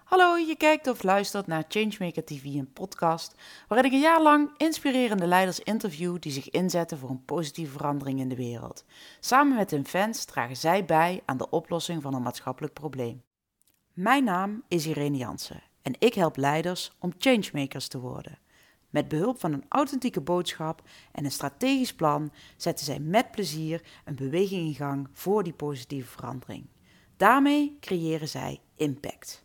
Hallo, je kijkt of luistert naar Changemaker TV, een podcast waarin ik een jaar lang inspirerende leiders interview die zich inzetten voor een positieve verandering in de wereld. Samen met hun fans dragen zij bij aan de oplossing van een maatschappelijk probleem. Mijn naam is Irene Jansen en ik help leiders om changemakers te worden. Met behulp van een authentieke boodschap en een strategisch plan zetten zij met plezier een beweging in gang voor die positieve verandering. Daarmee creëren zij impact.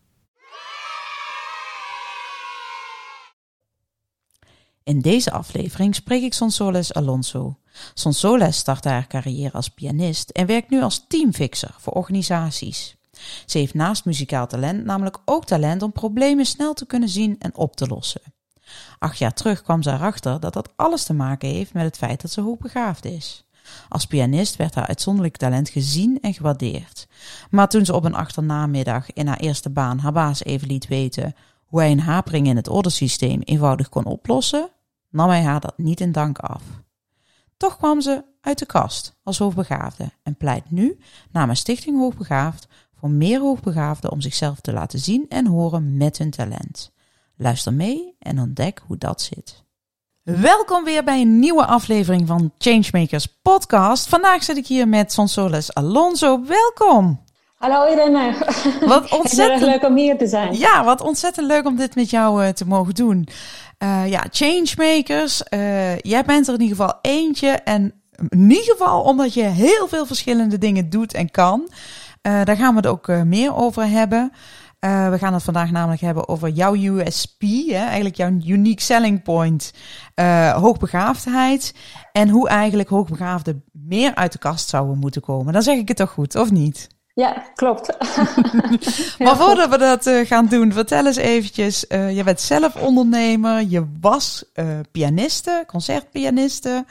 In deze aflevering spreek ik Sonsoles Alonso. Sonsoles startte haar carrière als pianist en werkt nu als teamfixer voor organisaties. Ze heeft naast muzikaal talent namelijk ook talent om problemen snel te kunnen zien en op te lossen. 8 jaar terug kwam ze erachter dat dat alles te maken heeft met het feit dat ze hoogbegaafd is. Als pianist werd haar uitzonderlijk talent gezien en gewaardeerd. Maar toen ze op een achternamiddag in haar eerste baan haar baas even liet weten hoe hij een hapering in het ordersysteem eenvoudig kon oplossen, nam hij haar dat niet in dank af. Toch kwam ze uit de kast als hoogbegaafde en pleit nu namens Stichting Hoogbegaafd voor meer hoogbegaafden om zichzelf te laten zien en horen met hun talent. Luister mee en ontdek hoe dat zit. Welkom weer bij een nieuwe aflevering van Changemakers Podcast. Vandaag zit ik hier met Sonsoles Alonso. Welkom! Hallo Irene. Wat ontzettend Het is erg leuk om hier te zijn. Ja, wat ontzettend leuk om dit met jou te mogen doen. Changemakers. Jij bent er in ieder geval eentje. En in ieder geval omdat je heel veel verschillende dingen doet en kan. Daar gaan we het ook meer over hebben. We gaan het vandaag namelijk hebben over jouw USP. Eigenlijk jouw unique selling point. Hoogbegaafdheid. En hoe eigenlijk hoogbegaafden meer uit de kast zouden moeten komen. Dan zeg ik het toch goed, of niet? Ja, klopt. Maar voordat we dat gaan doen, vertel eens eventjes. Je bent zelf ondernemer, je was pianiste, concertpianiste.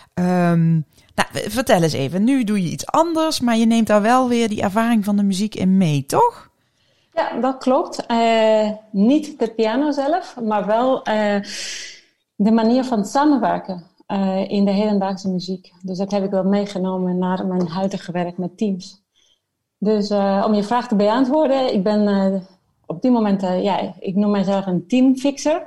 Vertel eens even, nu doe je iets anders, maar je neemt daar wel weer die ervaring van de muziek in mee, toch? Ja, dat klopt. Niet de piano zelf, maar wel de manier van samenwerken in de hedendaagse muziek. Dus dat heb ik wel meegenomen naar mijn huidige werk met teams. Dus om je vraag te beantwoorden, ik ben op dit moment, ik noem mezelf een teamfixer.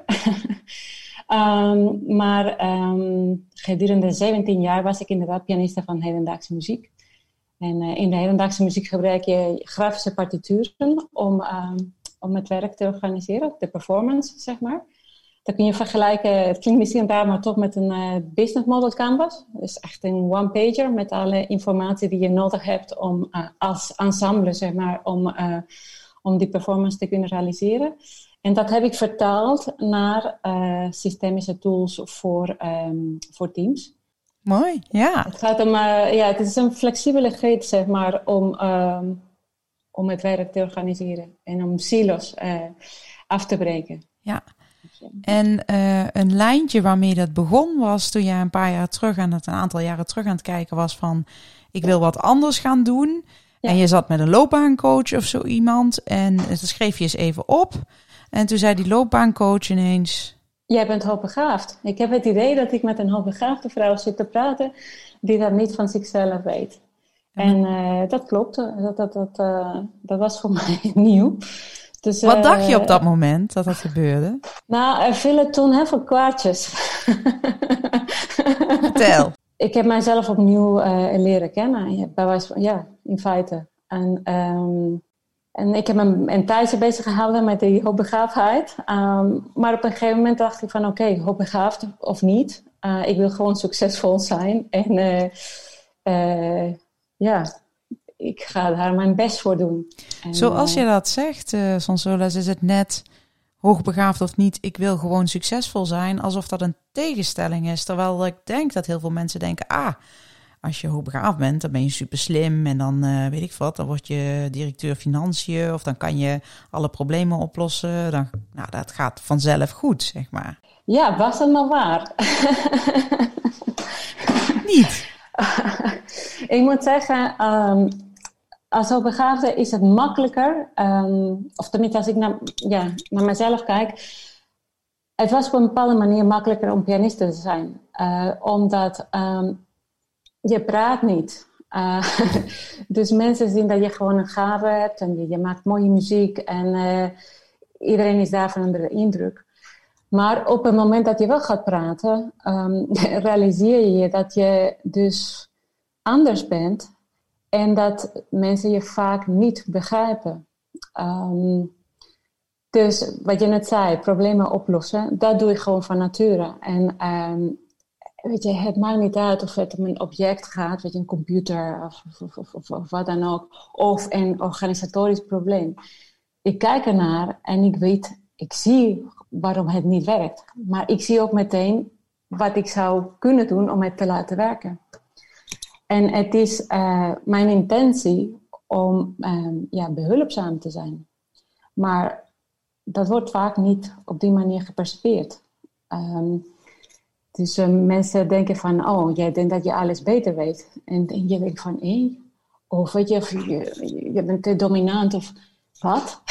Maar gedurende 17 jaar was ik inderdaad pianiste van hedendaagse muziek. En in de hedendaagse muziek gebruik je grafische partituren om het werk te organiseren, de performance, zeg maar. Dat kun je vergelijken, het klinkt misschien raar, maar toch met een business model canvas. Dus echt een one-pager met alle informatie die je nodig hebt om als ensemble, zeg maar, om die performance te kunnen realiseren. En dat heb ik vertaald naar systemische tools voor teams. Mooi, ja. Het gaat om, het is een flexibele grid, zeg maar, om het werk te organiseren en om silo's af te breken. Ja. En een lijntje waarmee dat begon was toen je een aantal jaren terug aan het kijken was van ik wil wat anders gaan doen. Ja. En je zat met een loopbaancoach of zo iemand en dan schreef je eens even op. En toen zei die loopbaancoach ineens: jij bent hoogbegaafd. Ik heb het idee dat ik met een hoogbegaafde vrouw zit te praten die dat niet van zichzelf weet. Ja. En dat klopt. Dat was voor mij nieuw. Dus, wat dacht je op dat moment dat gebeurde? Nou, er vielen toen heel veel kwartjes. Vertel. Ik heb mijzelf opnieuw leren kennen. In feite. En ik heb me een tijdje bezig gehouden met die hoogbegaafdheid. Maar op een gegeven moment dacht ik van oké, hoogbegaafd of niet. Ik wil gewoon succesvol zijn. En ik ga daar mijn best voor doen. En, zoals je dat zegt, Sonsoles, is het net hoogbegaafd of niet. Ik wil gewoon succesvol zijn, alsof dat een tegenstelling is. Terwijl ik denk dat heel veel mensen denken, als je hoogbegaafd bent, dan ben je super slim. En dan weet ik wat, dan word je directeur financiën. Of dan kan je alle problemen oplossen. Dat gaat vanzelf goed, zeg maar. Ja, was dat maar waar? Niet. Ik moet zeggen, als hoogbegaafde is het makkelijker, of tenminste als ik naar mezelf kijk, het was op een bepaalde manier makkelijker om pianiste te zijn. Omdat je praat niet. Dus mensen zien dat je gewoon een gave hebt en je maakt mooie muziek en iedereen is daarvan onder de indruk. Maar op het moment dat je wel gaat praten, realiseer je dat je dus anders bent en dat mensen je vaak niet begrijpen. Dus wat je net zei, problemen oplossen, dat doe ik gewoon van nature. En weet je, het maakt niet uit of het om een object gaat, weet je, een computer of wat dan ook, of een organisatorisch probleem. Ik kijk ernaar en ik zie waarom het niet werkt. Maar ik zie ook meteen wat ik zou kunnen doen om het te laten werken. En het is mijn intentie om behulpzaam te zijn. Maar dat wordt vaak niet op die manier gepercipieerd. Dus mensen denken van, oh, jij denkt dat je alles beter weet. En je denkt van, of weet je bent te dominant of wat?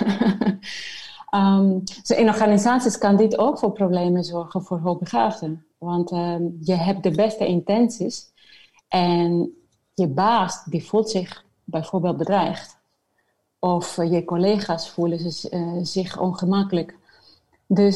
Dus in organisaties kan dit ook voor problemen zorgen voor hoogbegaafden. Want je hebt de beste intenties en je baas die voelt zich bijvoorbeeld bedreigd. Of je collega's voelen zich ongemakkelijk. Dus,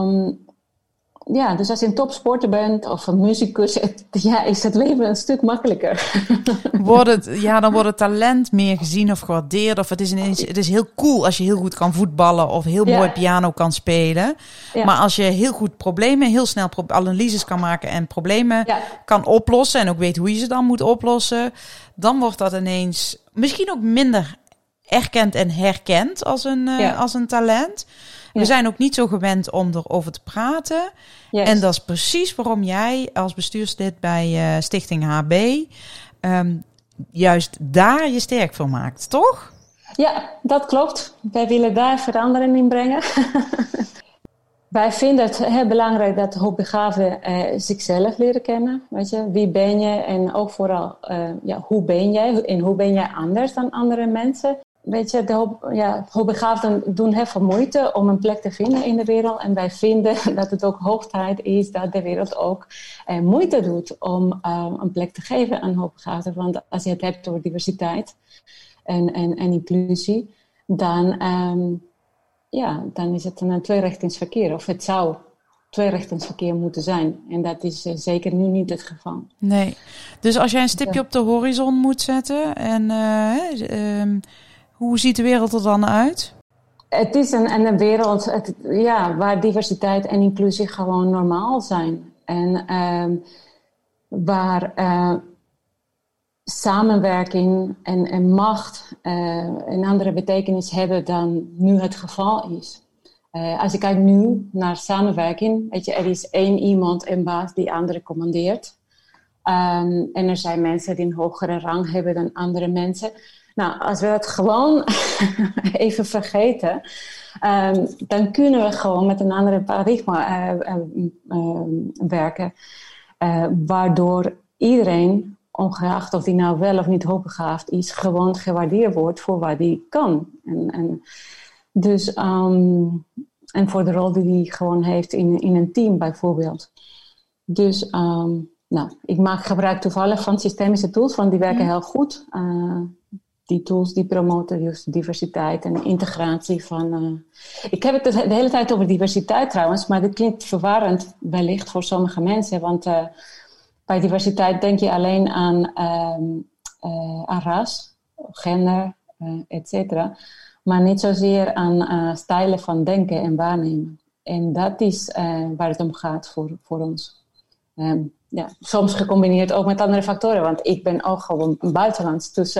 dus als je een topsporter bent of een muzikus, is het leven een stuk makkelijker. Dan wordt het talent meer gezien of gewaardeerd. Of het is heel cool als je heel goed kan voetballen of heel mooi piano kan spelen. Ja. Maar als je heel goed heel snel analyses kan maken en problemen kan oplossen en ook weet hoe je ze dan moet oplossen, dan wordt dat ineens misschien ook minder erkend en herkend als een talent. We zijn ook niet zo gewend om erover te praten. Yes. En dat is precies waarom jij als bestuurslid bij Stichting HB juist daar je sterk voor maakt, toch? Ja, dat klopt. Wij willen daar verandering in brengen. Wij vinden het heel belangrijk dat hoogbegaafden zichzelf leren kennen. Weet je, wie ben je en ook vooral hoe ben jij en hoe ben jij anders dan andere mensen. Weet je, hoogbegaafden doen heel veel moeite om een plek te vinden in de wereld. En wij vinden dat het ook hoog tijd is dat de wereld ook moeite doet om een plek te geven aan hoogbegaafden. Want als je het hebt over diversiteit en inclusie, dan is het een tweerichtingsverkeer. Of het zou tweerichtingsverkeer moeten zijn. En dat is zeker nu niet het geval. Nee. Dus als jij een stipje op de horizon moet zetten en hoe ziet de wereld er dan uit? Het is een wereld waar diversiteit en inclusie gewoon normaal zijn. En waar samenwerking en macht een andere betekenis hebben dan nu het geval is. Als ik kijk nu naar samenwerking, weet je, er is één iemand, een baas die anderen commandeert. En er zijn mensen die een hogere rang hebben dan andere mensen. Nou, als we het gewoon even vergeten, dan kunnen we gewoon met een andere paradigma werken. Waardoor iedereen, ongeacht of die nou wel of niet hoogbegaafd is, gewoon gewaardeerd wordt voor wat hij kan. En voor de rol die hij gewoon heeft in een team bijvoorbeeld. Dus ik maak gebruik toevallig van systemische tools, want die werken heel goed. Die tools die promoten dus diversiteit en integratie van... Ik heb het de hele tijd over diversiteit trouwens, maar dat klinkt verwarrend wellicht voor sommige mensen. Want bij diversiteit denk je alleen aan ras, gender, et cetera. Maar niet zozeer aan stijlen van denken en waarnemen. En dat is waar het om gaat voor ons. Soms gecombineerd ook met andere factoren, want ik ben ook gewoon buitenlands. Dus,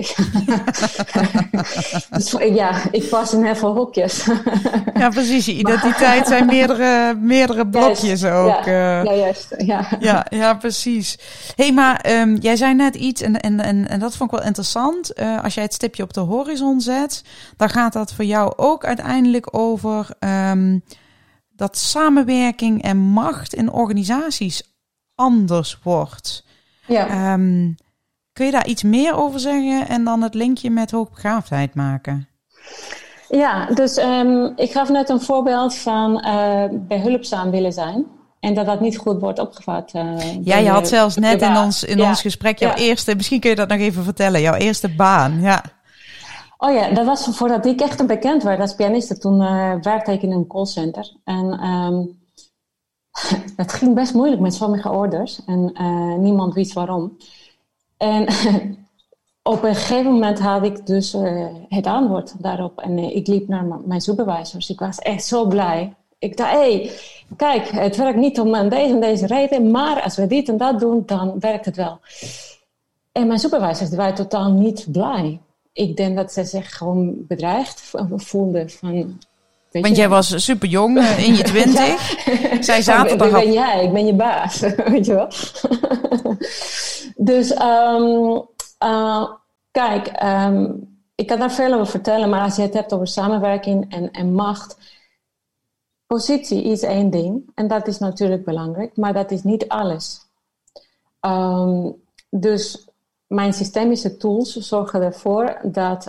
ik pas in heel veel hokjes. Ja, precies. Je identiteit zijn meerdere blokjes ook. Juist. Ja, precies. Hey, maar jij zei net iets en dat vond ik wel interessant. Als jij het stipje op de horizon zet, dan gaat dat voor jou ook uiteindelijk over dat samenwerking en macht in organisaties anders wordt. Ja. Kun je daar iets meer over zeggen en dan het linkje met hoogbegaafdheid maken? Ja, dus ik gaf net een voorbeeld van behulpzaam willen zijn. En dat niet goed wordt opgevat. Ja, je had zelfs net in ons gesprek jouw eerste... Misschien kun je dat nog even vertellen. Jouw eerste baan, ja. Oh ja, dat was voordat ik echt bekend werd als pianiste. Toen werkte ik in een callcenter. En het ging best moeilijk met sommige orders. En niemand wist waarom. En op een gegeven moment had ik dus het antwoord daarop. En ik liep naar mijn supervisors. Ik was echt zo blij. Ik dacht, kijk, het werkt niet om deze en deze reden. Maar als we dit en dat doen, dan werkt het wel. En mijn supervisors die waren totaal niet blij. Ik denk dat ze zich gewoon bedreigd voelden. Want jij was super jong, in je 20. Ja. Zij zaten Wie ben jij? Ik ben je baas. Weet je wel? Dus kijk, ik kan daar veel over vertellen. Maar als je het hebt over samenwerking en macht. Positie is één ding. En dat is natuurlijk belangrijk. Maar dat is niet alles. Dus mijn systemische tools zorgen ervoor dat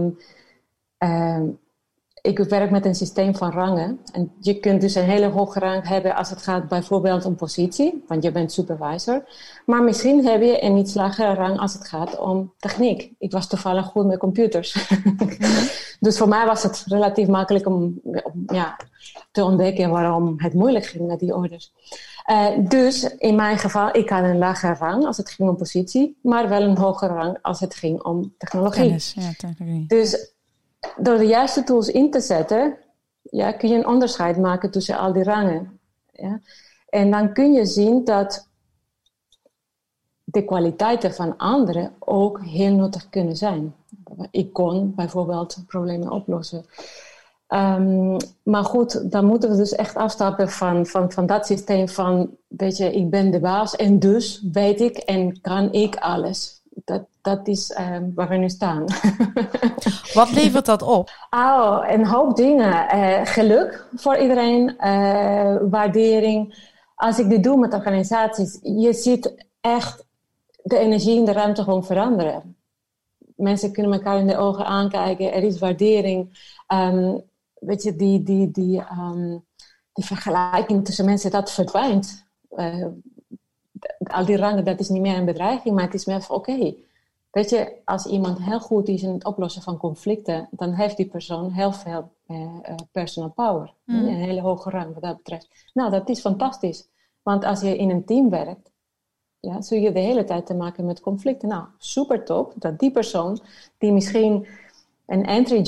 ik werk met een systeem van rangen. En je kunt dus een hele hoge rang hebben als het gaat bijvoorbeeld om positie, want je bent supervisor. Maar misschien heb je een iets lagere rang als het gaat om techniek. Ik was toevallig goed met computers. Dus voor mij was het relatief makkelijk om te ontdekken waarom het moeilijk ging met die orders. Dus in mijn geval, ik had een lagere rang als het ging om positie, maar wel een hogere rang als het ging om technologie. Kennis, ja, technologie. Dus door de juiste tools in te zetten, kun je een onderscheid maken tussen al die rangen. Ja? En dan kun je zien dat de kwaliteiten van anderen ook heel nuttig kunnen zijn. Ik kon bijvoorbeeld problemen oplossen. Maar goed, dan moeten we dus echt afstappen van dat systeem van, weet je, ik ben de baas en dus weet ik en kan ik alles. Dat is waar we nu staan. Wat levert dat op? Een hoop dingen. Geluk voor iedereen, waardering. Als ik dit doe met organisaties, je ziet echt de energie in de ruimte gewoon veranderen. Mensen kunnen elkaar in de ogen aankijken, er is waardering. Weet je, die vergelijking tussen mensen, dat verdwijnt. Al die rangen, dat is niet meer een bedreiging, maar het is meer van oké. Weet je, als iemand heel goed is in het oplossen van conflicten, dan heeft die persoon heel veel personal power. Een hele hoge rang wat dat betreft. Nou, dat is fantastisch. Want als je in een team werkt, zul je de hele tijd te maken met conflicten. Nou, super top dat die persoon die misschien een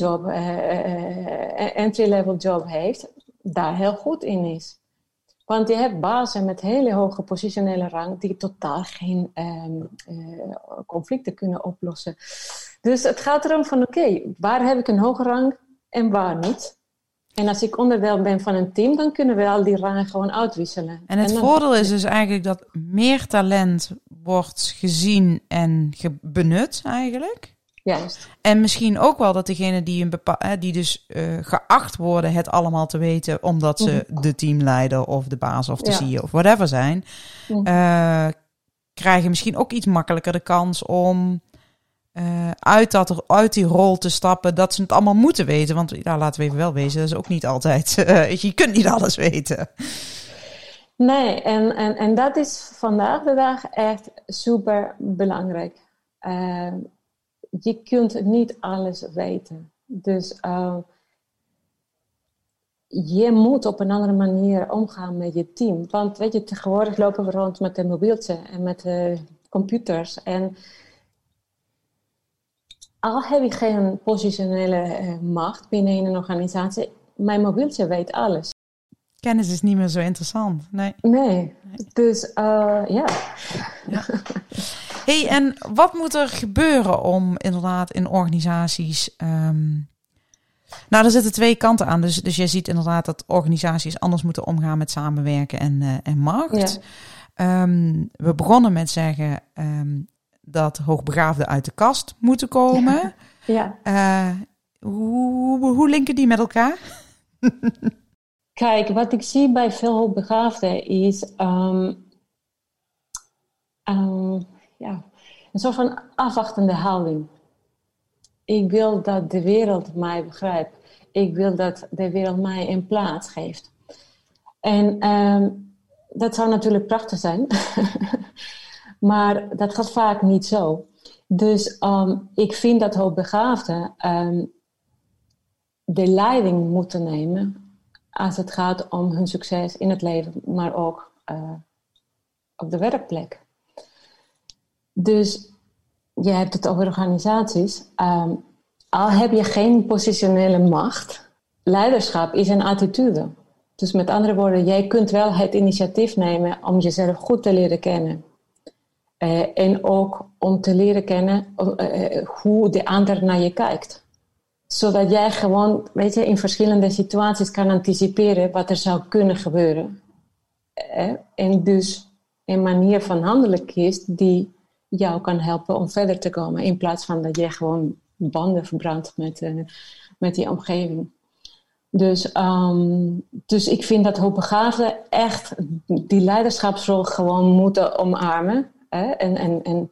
entry-level job heeft, daar heel goed in is. Want je hebt bazen met hele hoge positionele rang die totaal geen conflicten kunnen oplossen. Dus het gaat erom van oké, waar heb ik een hoge rang en waar niet? En als ik onderdeel ben van een team, dan kunnen we al die rangen gewoon uitwisselen. En het voordeel is dus eigenlijk dat meer talent wordt gezien en benut eigenlijk. Juist. En misschien ook wel dat degene die dus geacht worden het allemaal te weten, omdat ze de teamleider of de baas of de CEO of whatever zijn, krijgen misschien ook iets makkelijker de kans om uit die rol te stappen, dat ze het allemaal moeten weten. Want laten we even wel wezen, dat is ook niet altijd. Je kunt niet alles weten. Nee, en dat is vandaag de dag echt super belangrijk. Je kunt niet alles weten. Dus je moet op een andere manier omgaan met je team. Want weet je, tegenwoordig lopen we rond met een mobieltje en met computers. En al heb je geen positionele macht binnen een organisatie, mijn mobieltje weet alles. Kennis is niet meer zo interessant. Nee. Dus ja. Hey, en wat moet er gebeuren om inderdaad in organisaties... Nou, er zitten twee kanten aan. Dus je ziet inderdaad dat organisaties anders moeten omgaan met samenwerken en macht. Ja. We begonnen met zeggen dat hoogbegaafden uit de kast moeten komen. Ja. Hoe linken die met elkaar? Kijk, wat ik zie bij veel hoogbegaafden is een soort van afwachtende houding. Ik wil dat de wereld mij begrijpt. Ik wil dat de wereld mij een plaats geeft. En dat zou natuurlijk prachtig zijn. Maar dat gaat vaak niet zo. Dus ik vind dat hoogbegaafden de leiding moeten nemen als het gaat om hun succes in het leven, maar ook op de werkplek. Dus je hebt het over organisaties. Al heb je geen positionele macht, leiderschap is een attitude. Dus met andere woorden, jij kunt wel het initiatief nemen om jezelf goed te leren kennen. En ook om te leren kennen hoe de ander naar je kijkt. Zodat jij gewoon, in verschillende situaties kan anticiperen wat er zou kunnen gebeuren. En dus een manier van handelen kiest die jou kan helpen om verder te komen. In plaats van dat jij gewoon banden verbrandt met die omgeving. Dus ik vind dat hoogbegaafden echt die leiderschapsrol gewoon moeten omarmen. En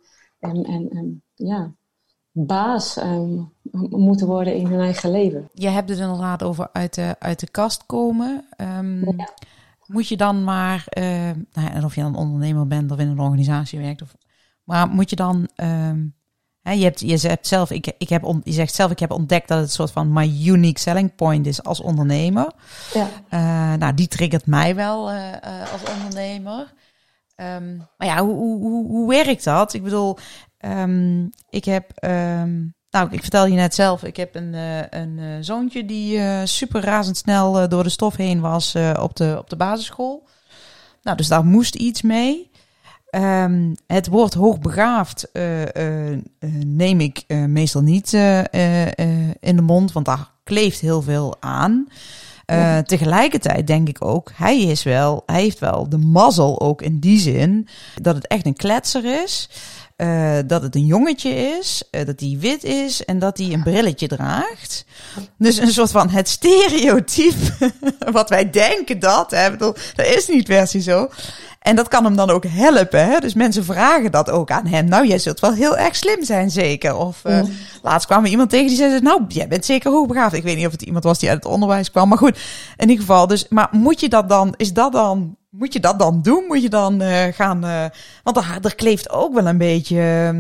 baas moeten worden in hun eigen leven. Je hebt het inderdaad over uit de kast komen. Moet je dan maar, en of je dan ondernemer bent of in een organisatie werkt, maar moet je dan, je zegt zelf, ik heb ontdekt dat het een soort van my unique selling point is als ondernemer. Ja. Die triggert mij wel als ondernemer. Maar ja, hoe werkt dat? Ik bedoel, ik vertelde je net zelf, ik heb een zoontje die super razendsnel door de stof heen was op de basisschool. Nou, dus daar moest iets mee. Het woord hoogbegaafd neem ik meestal niet in de mond, want daar kleeft heel veel aan. Tegelijkertijd denk ik ook, hij heeft wel de mazzel ook in die zin dat het echt een kletser is. Dat het een jongetje is, dat hij wit is en dat hij een brilletje draagt. Dus een soort van het stereotype wat wij denken dat is niet per se zo. En dat kan hem dan ook helpen. Hè? Dus mensen vragen dat ook aan hem. Nou, jij zult wel heel erg slim zijn, zeker. Of laatst kwam er iemand tegen die zei, nou, jij bent zeker hoogbegaafd. Ik weet niet of het iemand was die uit het onderwijs kwam. Maar goed, in ieder geval. Dus, maar moet je dat dan doen? Moet je dan gaan... want er kleeft ook wel een beetje...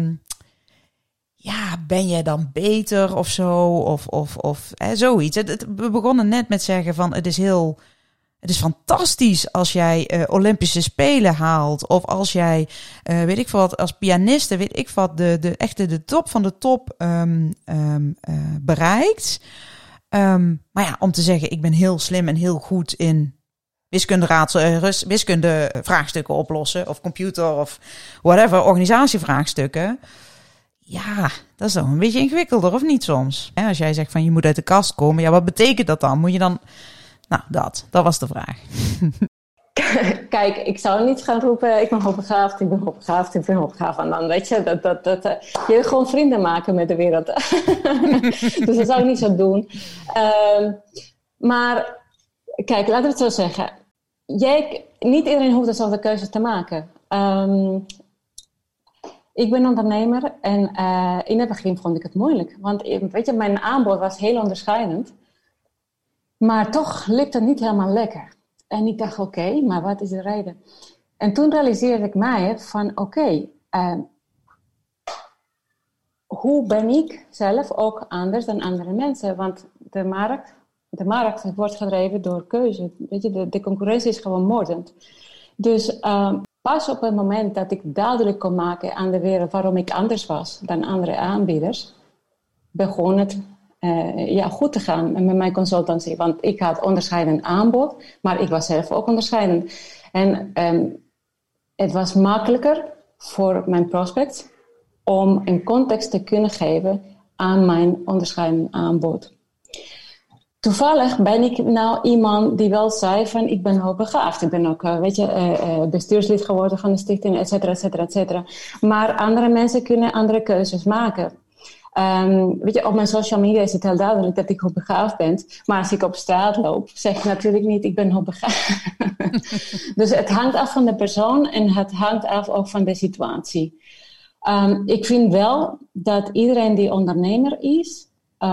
ben jij dan beter of zo? Of zoiets. We begonnen net met zeggen van, het is fantastisch als jij Olympische Spelen haalt. Of als jij, weet ik veel wat, als pianiste, weet ik wat, de top van de top bereikt. Maar ja, om te zeggen, ik ben heel slim en heel goed in wiskunde vraagstukken oplossen. Of computer of whatever, organisatievraagstukken. Ja, dat is toch een beetje ingewikkelder, of niet soms? Als jij zegt van je moet uit de kast komen, ja, wat betekent dat dan? Moet je dan... Nou, dat was de vraag. Kijk, ik zou niet gaan roepen, ik ben hoogbegaafd. En dan weet je, je wil gewoon vrienden maken met de wereld. Dus dat zou ik niet zo doen. Maar, kijk, laten we het zo zeggen. Niet iedereen hoeft dezelfde keuze te maken. Ik ben ondernemer en in het begin vond ik het moeilijk. Want weet je, mijn aanbod was heel onderscheidend. Maar toch liep het niet helemaal lekker. En ik dacht, oké, maar wat is de reden? En toen realiseerde ik mij van, hoe ben ik zelf ook anders dan andere mensen? Want de markt wordt gedreven door keuze. Weet je, de concurrentie is gewoon moordend. Dus pas op het moment dat ik duidelijk kon maken aan de wereld waarom ik anders was dan andere aanbieders, begon het goed te gaan met mijn consultancy. Want ik had onderscheidend aanbod, maar ik was zelf ook onderscheidend. En het was makkelijker voor mijn prospects om een context te kunnen geven aan mijn onderscheidend aanbod. Toevallig ben ik nou iemand die wel zei van ik ben hoogbegaafd. Ik ben ook, bestuurslid geworden van de stichting, et cetera, et cetera, et cetera. Maar andere mensen kunnen andere keuzes maken. Op mijn social media is het heel duidelijk dat ik hoogbegaafd ben. Maar als ik op straat loop, zeg ik natuurlijk niet ik ben hoogbegaafd. Dus het hangt af van de persoon en het hangt af ook van de situatie. Ik vind wel dat iedereen die ondernemer is,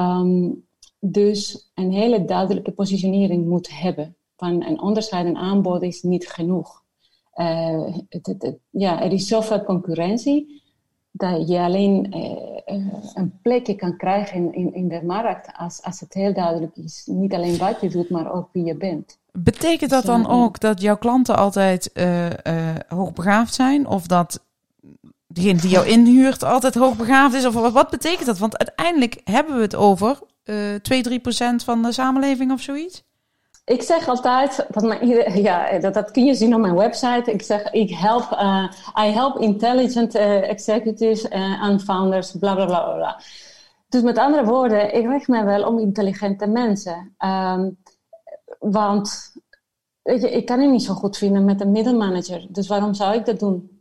dus een hele duidelijke positionering moet hebben. Van een onderscheidend aanbod is niet genoeg. Er is zoveel concurrentie dat je alleen een plekje kan krijgen in de markt als het heel duidelijk is. Niet alleen wat je doet, maar ook wie je bent. Betekent dat dan ook dat jouw klanten altijd hoogbegaafd zijn? Of dat degene die jou inhuurt altijd hoogbegaafd is? Of wat betekent dat? Want uiteindelijk hebben we het over 2-3% van de samenleving of zoiets? Ik zeg altijd, dat kun je zien op mijn website. Ik zeg, I help intelligent executives and founders, bla bla bla bla. Dus met andere woorden, ik richt mij wel om intelligente mensen. Want weet je, ik kan het niet zo goed vinden met een middelmanager. Dus waarom zou ik dat doen?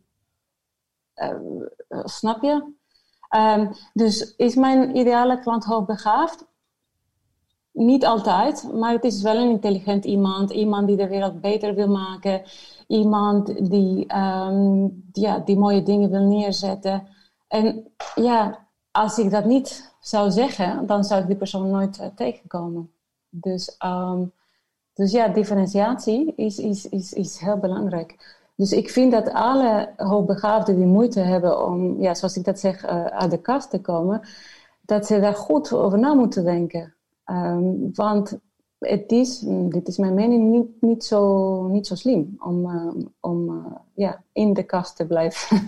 Snap je? Dus is mijn ideale klant hoogbegaafd? Niet altijd, maar het is wel een intelligent iemand. Iemand die de wereld beter wil maken. Iemand die mooie dingen wil neerzetten. En ja, als ik dat niet zou zeggen, dan zou ik die persoon nooit tegenkomen. Dus differentiatie is heel belangrijk. Dus ik vind dat alle hoogbegaafden die moeite hebben om, zoals ik dat zeg, uit de kast te komen, dat ze daar goed over na moeten denken. Want dit is mijn mening, niet zo slim om in de kast te blijven.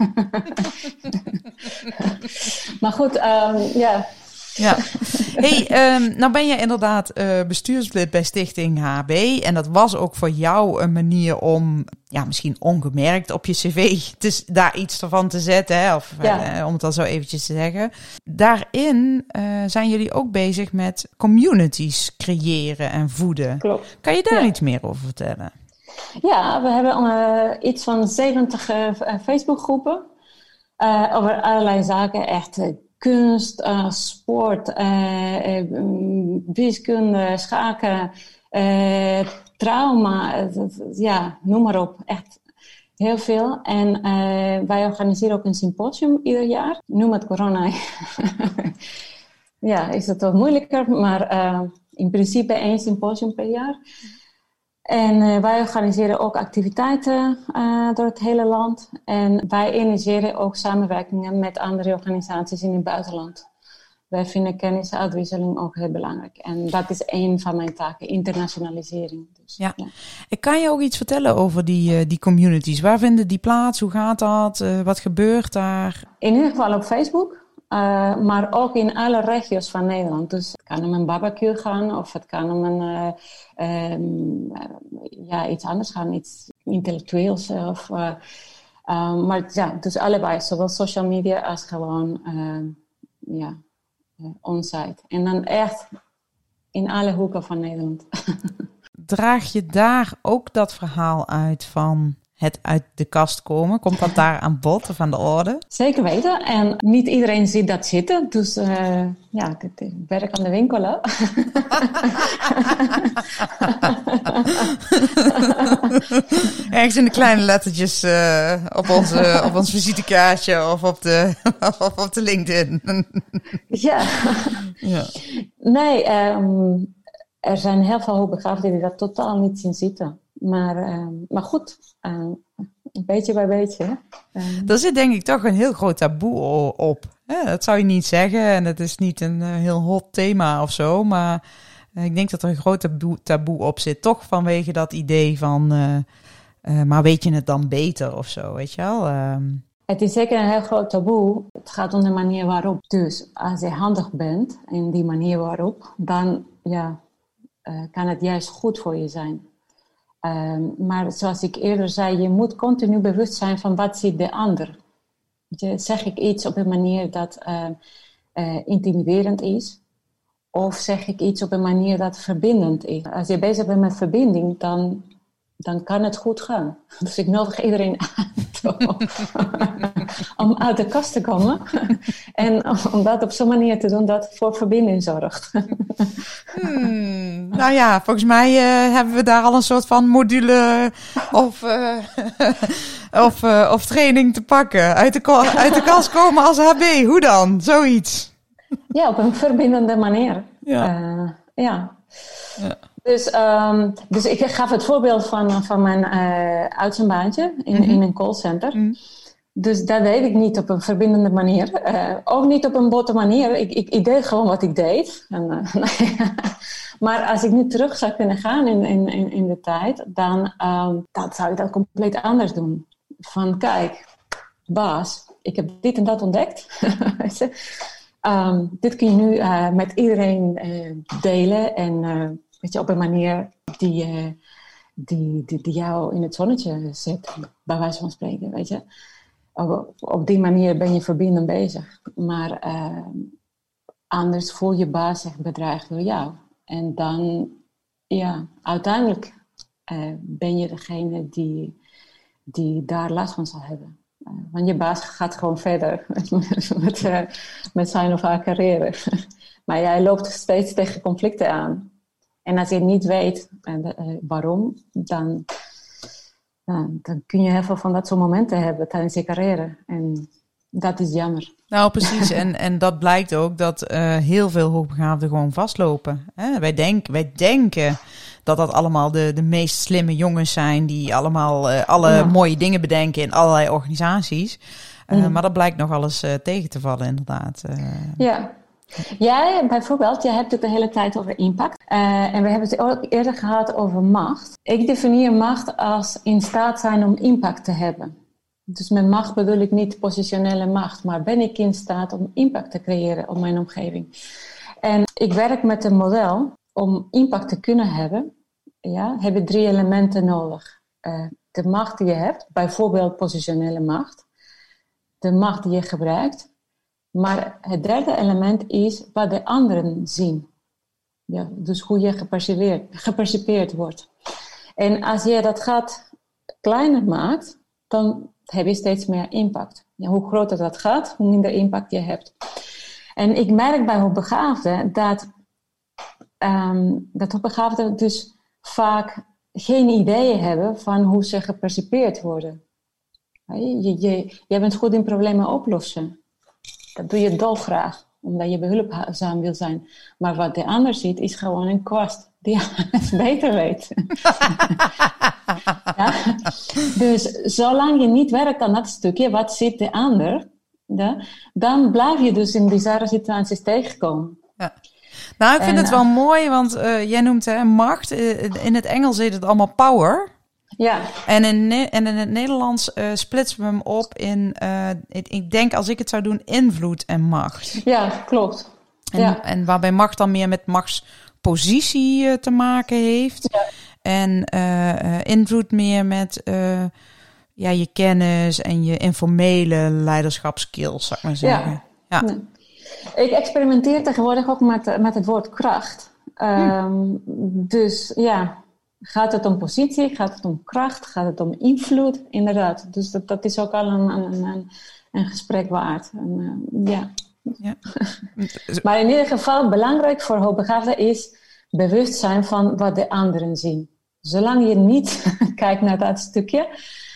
Maar goed, Ja. Hey, nou ben je inderdaad bestuurslid bij Stichting HB. En dat was ook voor jou een manier om, misschien ongemerkt op je cv daar iets van te zetten. Hè? Of om het al zo eventjes te zeggen. Daarin zijn jullie ook bezig met communities creëren en voeden. Klopt. Kan je daar iets meer over vertellen? Ja, we hebben iets van 70 Facebookgroepen over allerlei zaken. Echt kunst, sport, wiskunde, schaken, trauma, noem maar op. Echt heel veel. En wij organiseren ook een symposium ieder jaar. Nu met corona is het wat moeilijker, maar in principe 1 symposium per jaar. En wij organiseren ook activiteiten door het hele land. En wij initiëren ook samenwerkingen met andere organisaties in het buitenland. Wij vinden kennisuitwisseling ook heel belangrijk. En dat is een van mijn taken, internationalisering. Dus, ja. Kan je ook iets vertellen over die communities? Waar vinden die plaats? Hoe gaat dat? Wat gebeurt daar? In ieder geval op Facebook. Maar ook in alle regio's van Nederland. Dus het kan om een barbecue gaan of het kan om iets anders gaan, iets intellectueels. Dus allebei, zowel social media als gewoon onsite. En dan echt in alle hoeken van Nederland. Draag je daar ook dat verhaal uit van het uit de kast komen? Komt dat daar aan bod of aan de orde? Zeker weten. En niet iedereen ziet dat zitten. Dus ik werk aan de winkel. Hè? Ergens in de kleine lettertjes op ons visitekaartje of op de LinkedIn. Ja. Nee, er zijn heel veel hoogbegaafden die dat totaal niet zien zitten. Maar goed, beetje bij beetje. Er zit denk ik toch een heel groot taboe op. Dat zou je niet zeggen en het is niet een heel hot thema of zo. Maar ik denk dat er een groot taboe op zit. Toch vanwege dat idee van, maar weet je het dan beter of zo, weet je wel? Het is zeker een heel groot taboe. Het gaat om de manier waarop. Dus als je handig bent in die manier waarop, dan kan het juist goed voor je zijn. Maar zoals ik eerder zei, je moet continu bewust zijn van wat ziet de ander. Zeg ik iets op een manier dat intimiderend is? Of zeg ik iets op een manier dat verbindend is? Als je bezig bent met verbinding, dan kan het goed gaan. Dus ik nodig iedereen uit om uit de kast te komen. En om dat op zo'n manier te doen dat voor verbinding zorgt. Nou ja, volgens mij hebben we daar al een soort van module of training te pakken. Uit de kast komen als HB, hoe dan? Zoiets. Ja, op een verbindende manier. Ja. Ja. Dus ik gaf het voorbeeld van mijn uitzendbaantje in een callcenter. Mm. Dus dat deed ik niet op een verbindende manier. Ook niet op een botte manier. Ik deed gewoon wat ik deed. Maar als ik nu terug zou kunnen gaan in de tijd, dan zou ik dat compleet anders doen. Van kijk, baas, ik heb dit en dat ontdekt. Dit kun je nu met iedereen delen. En weet je, op een manier die jou in het zonnetje zet. Bij wijze van spreken, weet je. Op die manier ben je verbindend bezig. Maar anders voel je baas zich bedreigd door jou. En dan, ja, uiteindelijk ben je degene die daar last van zal hebben. Want je baas gaat gewoon verder met zijn of haar carrière. Maar jij loopt steeds tegen conflicten aan. En als je niet weet waarom, dan kun je heel veel van dat soort momenten hebben tijdens je carrière. En dat is jammer. Nou, precies. En dat blijkt ook dat heel veel hoogbegaafden gewoon vastlopen. Hè? Wij denken dat allemaal de meest slimme jongens zijn die allemaal alle mooie dingen bedenken in allerlei organisaties. Maar dat blijkt nog alles tegen te vallen, inderdaad. Ja. Jij bijvoorbeeld, je hebt het de hele tijd over impact. En we hebben het ook eerder gehad over macht. Ik definieer macht als in staat zijn om impact te hebben. Dus met macht bedoel ik niet positionele macht, maar ben ik in staat om impact te creëren op mijn omgeving. En ik werk met een model om impact te kunnen hebben. Ja, heb je 3 elementen nodig. De macht die je hebt, bijvoorbeeld positionele macht. De macht die je gebruikt. Maar het derde element is wat de anderen zien. Ja, dus hoe je gepercipeerd wordt. En als je dat gat kleiner maakt, dan heb je steeds meer impact. Ja, hoe groter dat gaat, hoe minder impact je hebt. En ik merk bij hoogbegaafden dat hoogbegaafden dus vaak geen ideeën hebben van hoe ze gepercipeerd worden. Jij bent goed in problemen oplossen. Dat doe je dolgraag, omdat je behulpzaam wil zijn. Maar wat de ander ziet, is gewoon een kwast die alles beter weet. Ja? Dus zolang je niet werkt aan dat stukje, wat ziet de ander, dan blijf je dus in bizarre situaties tegenkomen. Ja. Nou, ik vind het wel mooi, want jij noemt macht. In het Engels heet het allemaal power. Ja. En in het Nederlands splitsen we hem op in, ik denk als ik het zou doen, invloed en macht. Ja, klopt. En waarbij macht dan meer met machtspositie te maken heeft. Ja. En invloed meer met je kennis en je informele leiderschapskills, zou ik maar zeggen. Ja. Nee. Ik experimenteer tegenwoordig ook met het woord kracht. Dus ja... Gaat het om positie? Gaat het om kracht? Gaat het om invloed? Inderdaad. Dus dat is ook al een gesprek waard. Ja. Maar in ieder geval belangrijk voor hoogbegaafden is bewust zijn van wat de anderen zien. Zolang je niet kijkt naar dat stukje,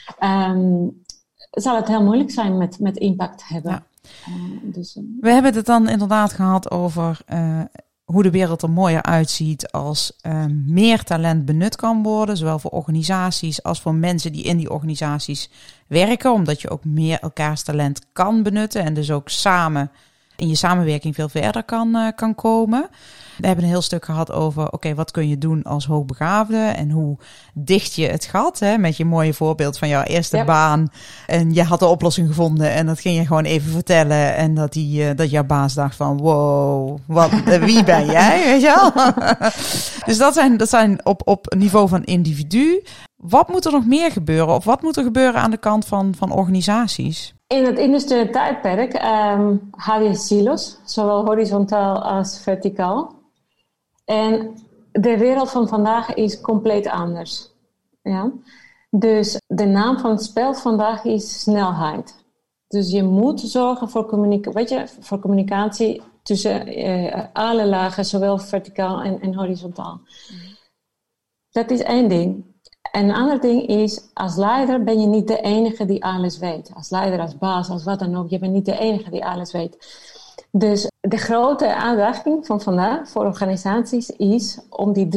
zal het heel moeilijk zijn met impact hebben. Ja. We hebben het dan inderdaad gehad over... hoe de wereld er mooier uitziet als meer talent benut kan worden. Zowel voor organisaties als voor mensen die in die organisaties werken. Omdat je ook meer elkaars talent kan benutten. En dus ook samen in je samenwerking veel verder kan komen. We hebben een heel stuk gehad over, wat kun je doen als hoogbegaafde? En hoe dicht je het gat, hè? Met je mooie voorbeeld van jouw eerste baan. En je had de oplossing gevonden en dat ging je gewoon even vertellen. En dat jouw baas dacht van, wow, wie ben jij? Weet je wel? Dus dat zijn op niveau van individu. Wat moet er nog meer gebeuren? Of wat moet er gebeuren aan de kant van organisaties? In het industriële tijdperk had je silo's, zowel horizontaal als verticaal. En de wereld van vandaag is compleet anders. Ja? Dus de naam van het spel vandaag is snelheid. Dus je moet zorgen voor communicatie tussen alle lagen, zowel verticaal en horizontaal. Dat is één ding. En een ander ding is, als leider ben je niet de enige die alles weet. Als leider, als baas, als wat dan ook, je bent niet de enige die alles weet. Dus de grote uitdaging van vandaag voor organisaties is om die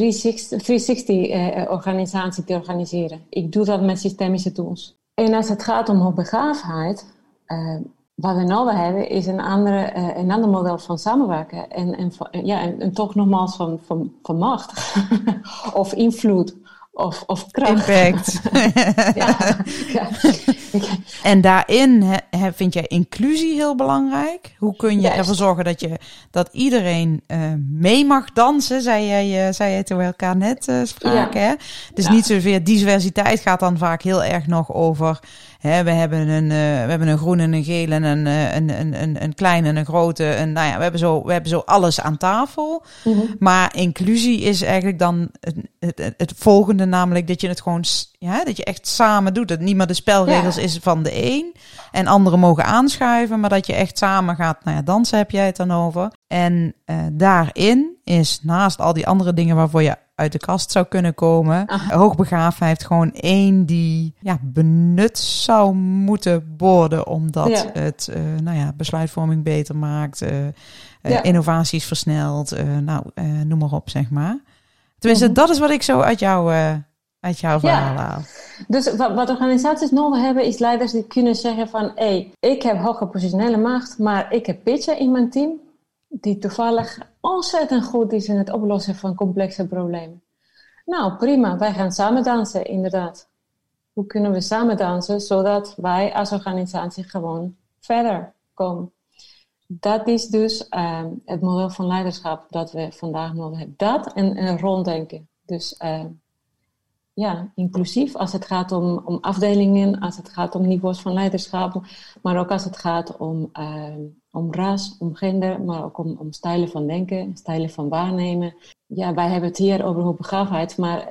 360-organisatie te organiseren. Ik doe dat met systemische tools. En als het gaat om hoogbegaafdheid, wat we nodig hebben is een ander model van samenwerken. En toch nogmaals van macht of invloed. Of kracht. Impact. ja. En daarin vind jij inclusie heel belangrijk. Hoe kun je ervoor zorgen dat iedereen mee mag dansen? Zei jij toen we elkaar net spraken. Hè? Dus niet zozeer diversiteit gaat dan vaak heel erg nog over. Hè, we hebben een groen en een geel en een klein en een grote. We hebben zo alles aan tafel. Mm-hmm. Maar inclusie is eigenlijk dan het volgende, namelijk dat je het gewoon, dat je echt samen doet. Dat niet meer de spelregels is van de een en anderen mogen aanschuiven, maar dat je echt samen gaat. Dansen heb jij het dan over. En daarin is naast al die andere dingen waarvoor je uit de kast zou kunnen komen. Hoogbegaafdheid gewoon één die benut zou moeten worden, omdat het besluitvorming beter maakt, innovaties versnelt, noem maar op, zeg maar. Tenminste, dat is wat ik zo uit jouw verhaal haal. Dus wat organisaties nodig hebben, is leiders die kunnen zeggen van, ik heb hoge positionele macht, maar ik heb pitchen in mijn team die toevallig ontzettend goed is in het oplossen van complexe problemen. Nou, prima, wij gaan samen dansen, inderdaad. Hoe kunnen we samen dansen, zodat wij als organisatie gewoon verder komen? Dat is dus het model van leiderschap dat we vandaag nodig hebben. Dat en ronddenken. Dus inclusief als het gaat om afdelingen, als het gaat om niveaus van leiderschap, maar ook als het gaat om ras, om gender, maar ook om stijlen van denken, stijlen van waarnemen. Ja, wij hebben het hier over hoogbegaafdheid, maar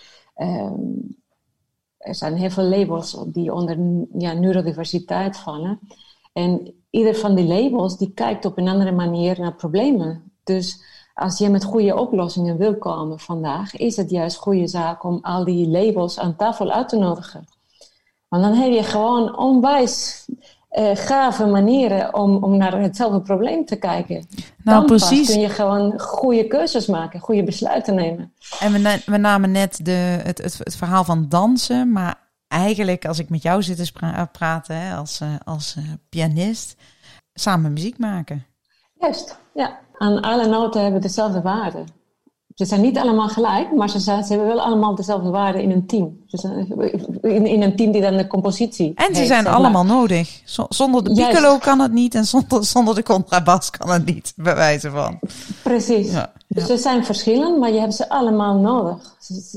er zijn heel veel labels die onder neurodiversiteit vallen. En ieder van die labels die kijkt op een andere manier naar problemen. Dus als je met goede oplossingen wil komen vandaag, is het juist goede zaak om al die labels aan tafel uit te nodigen. Want dan heb je gewoon onwijs gave manieren om naar hetzelfde probleem te kijken. Nou, dan precies. Pas kun je gewoon goede keuzes maken, goede besluiten nemen. En we namen net het verhaal van dansen, maar eigenlijk als ik met jou zit te praten als pianist, samen muziek maken. Juist, ja. Aan alle noten hebben dezelfde waarde. Ze zijn niet allemaal gelijk, maar ze hebben wel allemaal dezelfde waarde in een team. In een team die dan de compositie en ze zijn allemaal nodig. Zonder de piccolo kan het niet en zonder de contrabas kan het niet, bij wijze van. Precies. Ja. Dus ze zijn verschillend, maar je hebt ze allemaal nodig.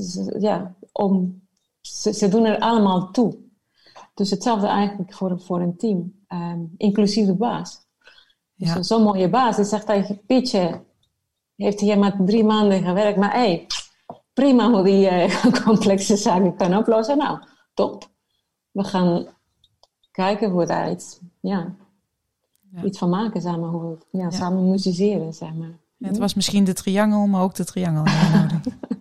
Ze doen er allemaal toe. Dus hetzelfde eigenlijk voor een team. Inclusief de baas. Dus zo'n mooie baas, die zegt tegen Pietje, heeft hier maar 3 maanden gewerkt, maar prima hoe die complexe zaken kan oplossen. Nou, top. We gaan kijken hoe we daar iets van maken samen, samen musiceren, zeg maar. Ja, het was misschien de triangel, maar ook de triangel nodig.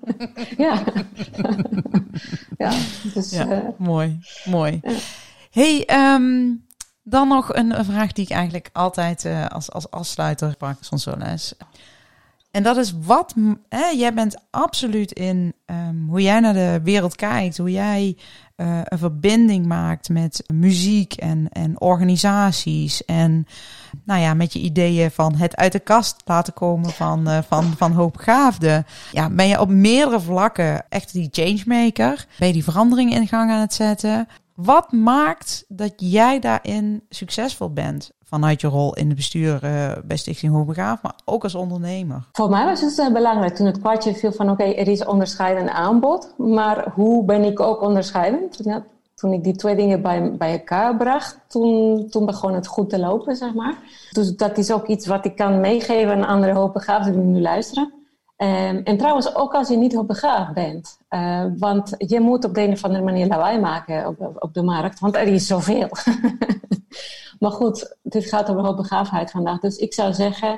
Dus, mooi. Ja. Hey, dan nog een vraag die ik eigenlijk altijd als afsluiter Sonsoles. En dat is jij bent absoluut in hoe jij naar de wereld kijkt, hoe jij een verbinding maakt met muziek en organisaties en met je ideeën van het uit de kast laten komen van hoogbegaafden. Ja, ben je op meerdere vlakken echt die changemaker? Ben je die verandering in gang aan het zetten? Wat maakt dat jij daarin succesvol bent vanuit je rol in het bestuur bij Stichting Hoogbegaafd, maar ook als ondernemer? Voor mij was het belangrijk toen het kwartje viel van er is onderscheidend aanbod, maar hoe ben ik ook onderscheidend? Ja, toen ik die 2 dingen bij elkaar bracht, toen begon het goed te lopen, zeg maar. Dus dat is ook iets wat ik kan meegeven aan andere hoogbegaafden die nu luisteren. En trouwens, ook als je niet hoogbegaafd bent. Want je moet op de een of andere manier lawaai maken op de markt. Want er is zoveel. Maar goed, dit gaat over hoogbegaafdheid vandaag. Dus ik zou zeggen,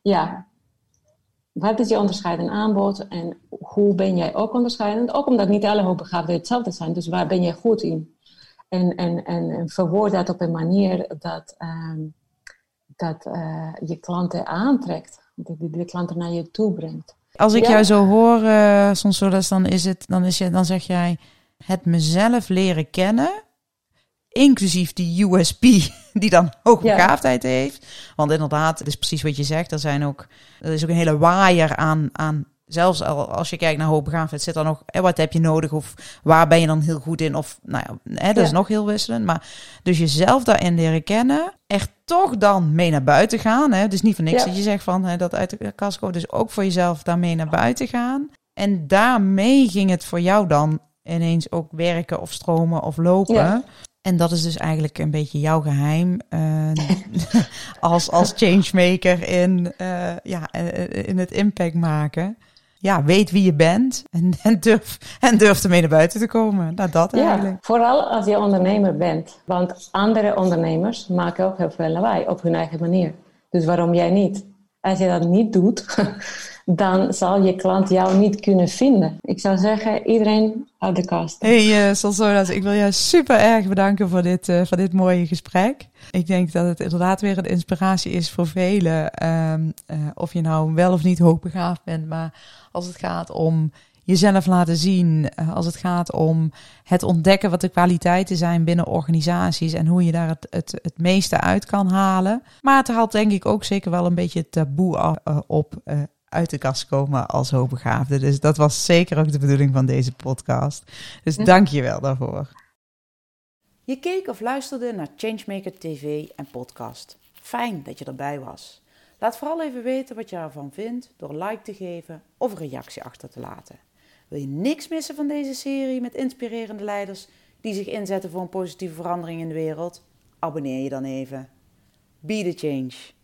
wat is je onderscheidend aanbod? En hoe ben jij ook onderscheidend? Ook omdat niet alle hoogbegaafden hetzelfde zijn. Dus waar ben jij goed in? En verwoord dat op een manier dat je klanten aantrekt. Dat je de klanten naar je toe brengt. Als ik jou zo hoor, Sonsoles, dan zeg jij het mezelf leren kennen, inclusief die USP die dan hoogbegaafdheid heeft. Want inderdaad, het is precies wat je zegt. Er is ook een hele waaier aan zelfs als je kijkt naar hoogbegaafdheid, zit er nog, wat heb je nodig of waar ben je dan heel goed in? Of, dat is nog heel wisselend. Maar dus jezelf daarin leren kennen, echt toch dan mee naar buiten gaan. Hè? Dus niet voor niks dat je zegt van dat uit de kast komen. Dus ook voor jezelf daarmee naar buiten gaan. En daarmee ging het voor jou dan ineens ook werken of stromen of lopen. Ja. En dat is dus eigenlijk een beetje jouw geheim als changemaker in het impact maken. Ja, weet wie je bent en durf ermee naar buiten te komen. Nou, dat eigenlijk. Vooral als je ondernemer bent. Want andere ondernemers maken ook heel veel lawaai op hun eigen manier. Dus waarom jij niet? Als je dat niet doet, dan zal je klant jou niet kunnen vinden. Ik zou zeggen, iedereen uit de kast. Hey Sonsoles, ik wil jou super erg bedanken voor dit mooie gesprek. Ik denk dat het inderdaad weer een inspiratie is voor velen. Of je nou wel of niet hoogbegaafd bent, maar als het gaat om jezelf laten zien, als het gaat om het ontdekken wat de kwaliteiten zijn binnen organisaties en hoe je daar het meeste uit kan halen. Maar het haalt denk ik ook zeker wel een beetje het taboe op uit de kast komen als hoogbegaafde. Dus dat was zeker ook de bedoeling van deze podcast. Dus dank je wel daarvoor. Je keek of luisterde naar Changemaker TV en podcast. Fijn dat je erbij was. Laat vooral even weten wat je ervan vindt door een like te geven of een reactie achter te laten. Wil je niks missen van deze serie met inspirerende leiders die zich inzetten voor een positieve verandering in de wereld? Abonneer je dan even. Be the change.